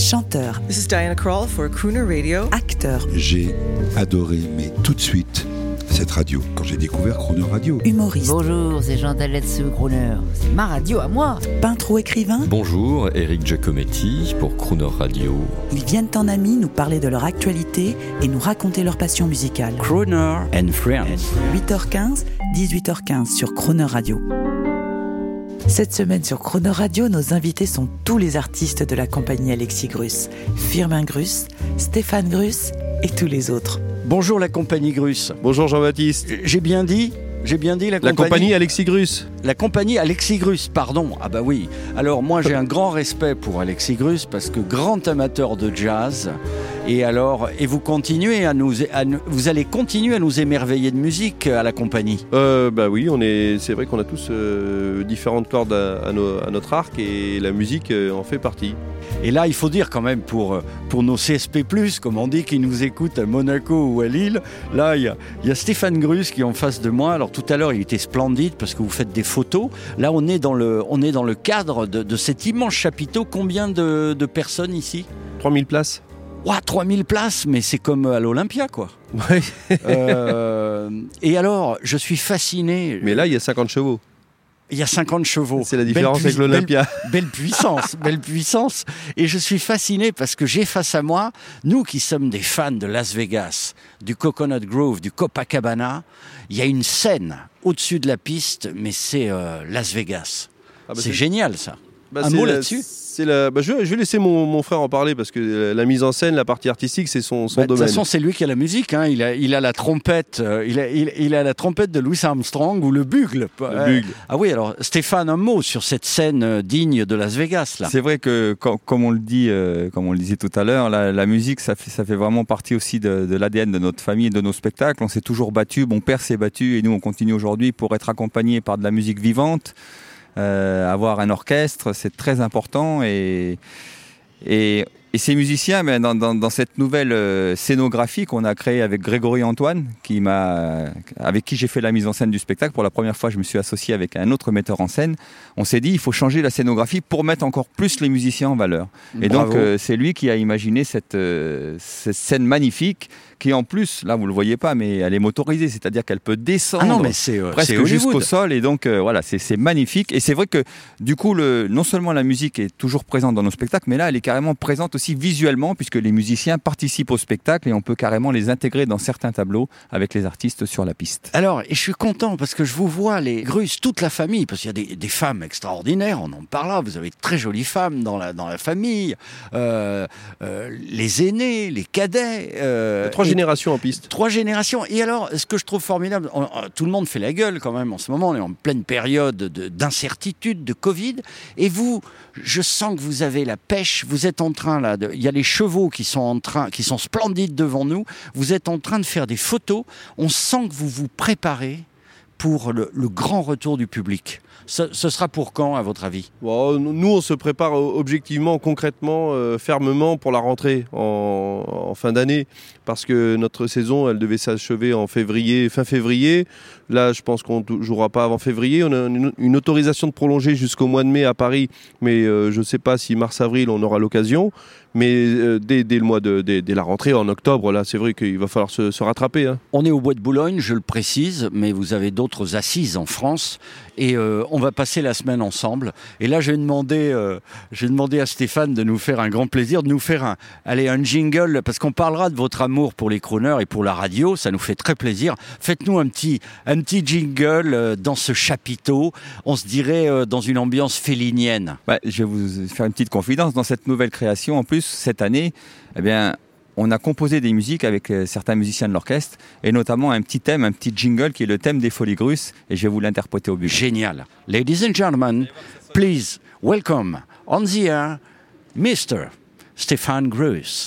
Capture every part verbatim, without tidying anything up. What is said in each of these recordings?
Chanteur. This is Diana Krall for Crooner Radio. Acteur. J'ai adoré, mais tout de suite, cette radio, quand j'ai découvert Crooner Radio. Humoriste. Bonjour, c'est Jean Daletsu, Crooner. C'est ma radio à moi. Peintre ou écrivain. Bonjour, Eric Giacometti pour Crooner Radio. Ils viennent en amis nous parler de leur actualité et nous raconter leur passion musicale. Crooner and Friends. huit heures quinze, dix-huit heures quinze sur Crooner Radio. Cette semaine sur Crooner Radio, nos invités sont tous les artistes de la compagnie Alexis Grus. Firmin Grus, Stéphane Grus et tous les autres. Bonjour la compagnie Grus. Bonjour Jean-Baptiste. J'ai bien dit J'ai bien dit la compagnie La compagnie Alexis Grus. La compagnie Alexis Grus, pardon. Ah bah oui. Alors moi j'ai un grand respect pour Alexis Grus parce que grand amateur de jazz. Et alors, et vous continuez à nous, à, vous allez continuer à nous émerveiller de musique à la compagnie. Euh, bah oui, on est, c'est vrai qu'on a tous euh, différentes cordes à, à, nos, à notre arc et la musique euh, en fait partie. Et là, il faut dire quand même pour, pour nos C S P plus, comme on dit, qui nous écoutent à Monaco ou à Lille, là, il y a, il y a Stéphane Grus qui est en face de moi. Alors tout à l'heure, il était splendide parce que vous faites des photos. Là, on est dans le, on est dans le cadre de, de cet immense chapiteau. Combien de, de personnes ici ? trois mille places. Ouah, trois mille places, mais c'est comme à l'Olympia, quoi. Ouais. euh, et alors, je suis fasciné. Mais là, il y a cinquante chevaux. Il y a cinquante chevaux. C'est la différence belle avec l'Olympia. Belle, belle puissance, belle puissance. Et je suis fasciné parce que j'ai face à moi, nous qui sommes des fans de Las Vegas, du Coconut Grove, du Copacabana, il y a une scène au-dessus de la piste, mais c'est euh, Las Vegas. Ah bah c'est, c'est génial, ça. Bah Un mot la, là-dessus c'est la, bah je, vais, je vais laisser mon, mon frère en parler parce que la, la mise en scène, la partie artistique, c'est son, son bah, domaine. De toute façon, c'est lui qui a la musique. Hein. Il, a, il a la trompette. Euh, il, a, il, il a la trompette de Louis Armstrong ou le bugle. Le euh, bugle. Ah oui, alors Stéphane, un mot sur cette scène euh, digne de Las Vegas. Là. C'est vrai que, com- comme on le dit, euh, comme on le disait tout à l'heure, la, la musique, ça fait, ça fait vraiment partie aussi de, de l'A D N de notre famille et de nos spectacles. On s'est toujours battu. Mon père s'est battu et nous, on continue aujourd'hui pour être accompagnés par de la musique vivante. Euh, avoir un orchestre, c'est très important et, et, et ces musiciens, ben, dans, dans, dans cette nouvelle euh, scénographie qu'on a créée avec Grégory Antoine, qui m'a, avec qui j'ai fait la mise en scène du spectacle, pour la première fois je me suis associé avec un autre metteur en scène, on s'est dit il faut changer la scénographie pour mettre encore plus les musiciens en valeur. Et Bravo. donc euh, c'est lui qui a imaginé cette, euh, cette scène magnifique qui en plus, là vous le voyez pas, mais elle est motorisée, c'est-à-dire qu'elle peut descendre ah non, mais c'est, euh, presque c'est jusqu'au sol, et donc euh, voilà, c'est, c'est magnifique. Et c'est vrai que du coup, le, non seulement la musique est toujours présente dans nos spectacles, mais là elle est carrément présente aussi visuellement, puisque les musiciens participent au spectacle et on peut carrément les intégrer dans certains tableaux avec les artistes sur la piste. Alors, et je suis content parce que je vous vois, les Grus, toute la famille, parce qu'il y a des, des femmes extraordinaires, on en parle là, vous avez de très jolies femmes dans la, dans la famille, euh, euh, les aînés, les cadets. Euh, Trois générations en piste. Trois générations. Et alors, ce que je trouve formidable, on, tout le monde fait la gueule quand même en ce moment, on est en pleine période de, d'incertitude, de Covid, et vous, je sens que vous avez la pêche, vous êtes en train là, de, il y a les chevaux qui sont en train, qui sont splendides devant nous, vous êtes en train de faire des photos, on sent que vous vous préparez pour le, le grand retour du public. Ce, ce sera pour quand, à votre avis ? Bon, nous, on se prépare objectivement, concrètement, euh, fermement pour la rentrée en, en fin d'année, parce que notre saison, elle devait s'achever en février, fin février. Là, je pense qu'on ne jouera pas avant février. On a une, une autorisation de prolonger jusqu'au mois de mai à Paris, mais euh, je ne sais pas si mars-avril, on aura l'occasion. Mais euh, dès, dès le mois de dès, dès la rentrée en octobre, là, c'est vrai qu'il va falloir se, se rattraper. Hein. On est au Bois de Boulogne, je le précise, mais vous avez d'autres assises en France et euh, on va passer la semaine ensemble. Et là, je vais demander, euh, je vais demander à Stéphane de nous faire un grand plaisir, de nous faire un, allez, un jingle, parce qu'on parlera de votre amour pour les crooners et pour la radio. Ça nous fait très plaisir. Faites-nous un petit, un petit jingle euh, dans ce chapiteau. On se dirait euh, dans une ambiance félinienne. Bah, je vais vous faire une petite confidence dans cette nouvelle création. En plus, cette année, eh bien, on a composé des musiques avec euh, certains musiciens de l'orchestre et notamment un petit thème, un petit jingle qui est le thème des Folies Grus et je vais vous l'interpréter au but. Génial. Ladies and gentlemen, please welcome on the air Mister Stéphane Grus.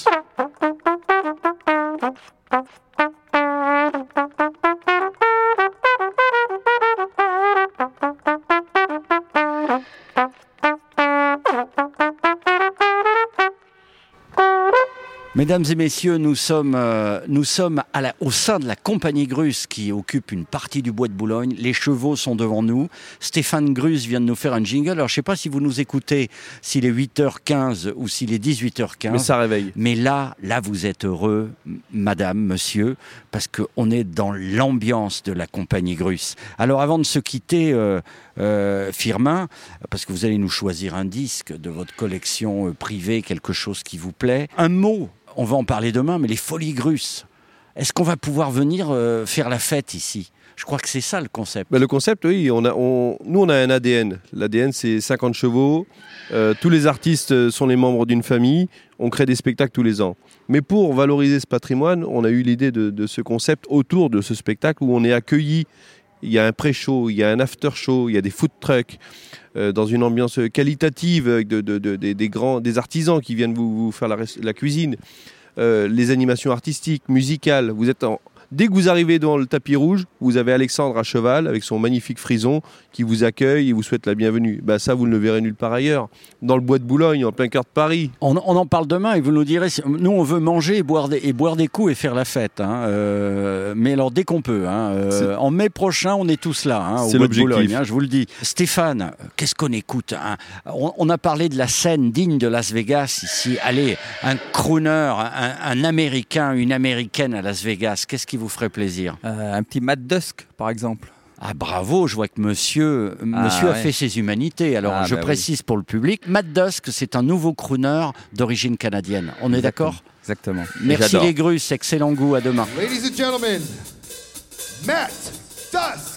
Mesdames et messieurs, nous sommes, euh, nous sommes à la, au sein de la compagnie Grus qui occupe une partie du bois de Boulogne. Les chevaux sont devant nous. Stéphane Grus vient de nous faire un jingle. Alors, je ne sais pas si vous nous écoutez, s'il est huit heures quinze ou s'il est dix-huit heures quinze. Mais ça réveille. Mais là, là, vous êtes heureux, madame, monsieur, parce qu'on est dans l'ambiance de la compagnie Grus. Alors, avant de se quitter, euh, euh, Firmin, parce que vous allez nous choisir un disque de votre collection euh, privée, quelque chose qui vous plaît, un mot. On va en parler demain, mais les Folies Grus, est-ce qu'on va pouvoir venir euh, faire la fête ici ? Je crois que c'est ça le concept. Ben, le concept, oui. On a, on, nous, on a un A D N. L'A D N, c'est cinquante chevaux. Euh, tous les artistes sont les membres d'une famille. On crée des spectacles tous les ans. Mais pour valoriser ce patrimoine, on a eu l'idée de, de ce concept autour de ce spectacle où on est accueilli. Il y a un pré-show, il y a un after-show, il y a des food trucks. Euh, dans une ambiance qualitative avec de, de, de, de, des, grands, des artisans qui viennent vous, vous faire la, la cuisine, euh, les animations artistiques, musicales. Vous êtes en... Dès que vous arrivez dans le tapis rouge, vous avez Alexandre à cheval avec son magnifique frison qui vous accueille et vous souhaite la bienvenue. Ben ça, vous ne le verrez nulle part ailleurs. Dans le bois de Boulogne, en plein cœur de Paris. On, on en parle demain et vous nous direz, nous on veut manger et boire des, et boire des coups et faire la fête. Hein, euh, mais alors dès qu'on peut. Hein, euh, en mai prochain, on est tous là hein, au c'est bois de l'objectif. Boulogne, hein, je vous le dis. Stéphane, qu'est-ce qu'on écoute hein on, on a parlé de la scène digne de Las Vegas ici. Allez, un crooner, un, un Américain, une Américaine à Las Vegas, qu'est-ce qui vous ferait plaisir ? Euh, un petit Matt Dusk, par exemple. Ah bravo, je vois que monsieur, monsieur ah, a ouais. fait ses humanités. Alors ah, je bah précise oui. pour le public, Matt Dusk, c'est un nouveau crooner d'origine canadienne. On est d'accord ? Exactement. Merci J'adore. les Grus, excellent goût, à demain. Ladies and gentlemen, Matt Dusk.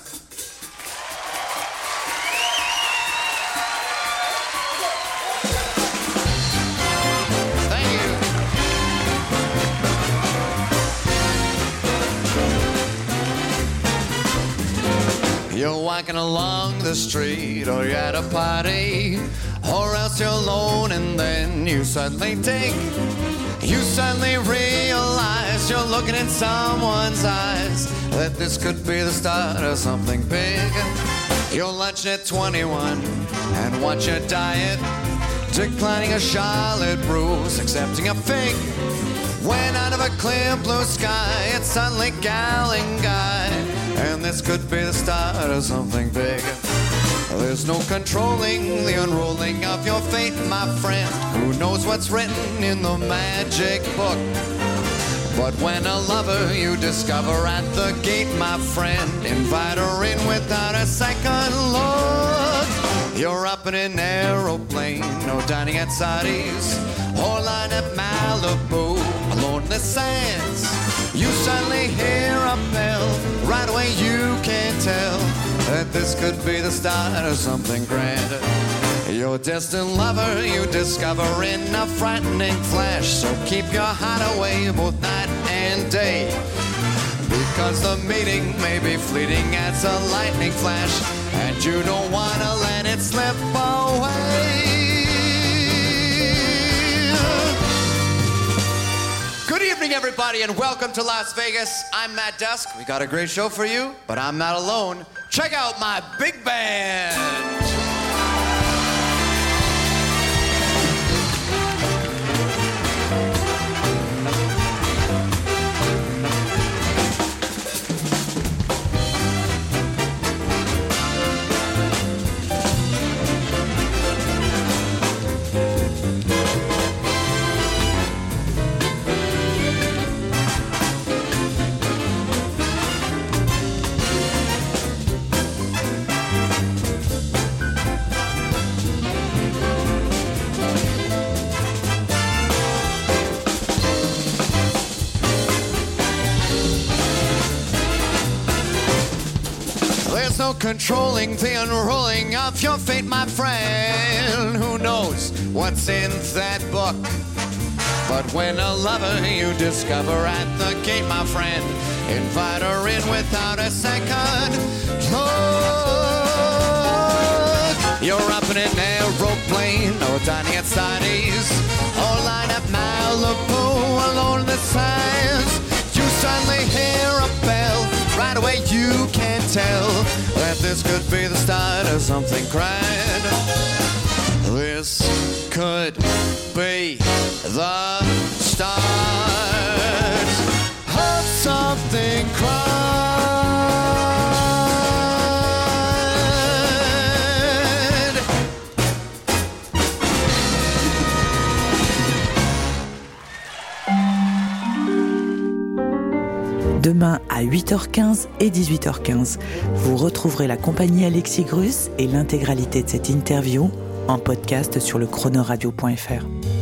You're walking along the street, or you're at a party, or else you're alone and then you suddenly think, you suddenly realize you're looking in someone's eyes, that this could be the start of something big. You're lunching at twenty-one, and what's your diet? Declining a Charlotte Russe, accepting a fig. When out of a clear blue sky, it's suddenly gal and guy, and this could be the start of something big. There's no controlling the unrolling of your fate, my friend. Who knows what's written in the magic book? But when a lover you discover at the gate, my friend, invite her in without a second look. You're up in an aeroplane, no dining at Sardi's, or lying at Malibu, alone in the sands. You suddenly hear a bell, right away you can tell that this could be the start of something grand. Your destined lover you discover in a frightening flash, so keep your heart away both night and day, because the meeting may be fleeting as a lightning flash, and you don't want to let it slip away. Good evening, everybody, and welcome to Las Vegas. I'm Matt Dusk. We got a great show for you, but I'm not alone. Check out my big band. There's no controlling the unrolling of your fate, my friend. Who knows what's in that book? But when a lover you discover at the gate, my friend, invite her in without a second look. You're up in an aeroplane, or dining at Sardi's, or lying at Malibu, alone in the sands. You suddenly hear a bell, right away you can tell that this could be the start of something grand. This could be the start Demain à huit heures quinze et dix-huit heures quinze, vous retrouverez la compagnie Alexis Grus et l'intégralité de cette interview en podcast sur le chronoradio point f r.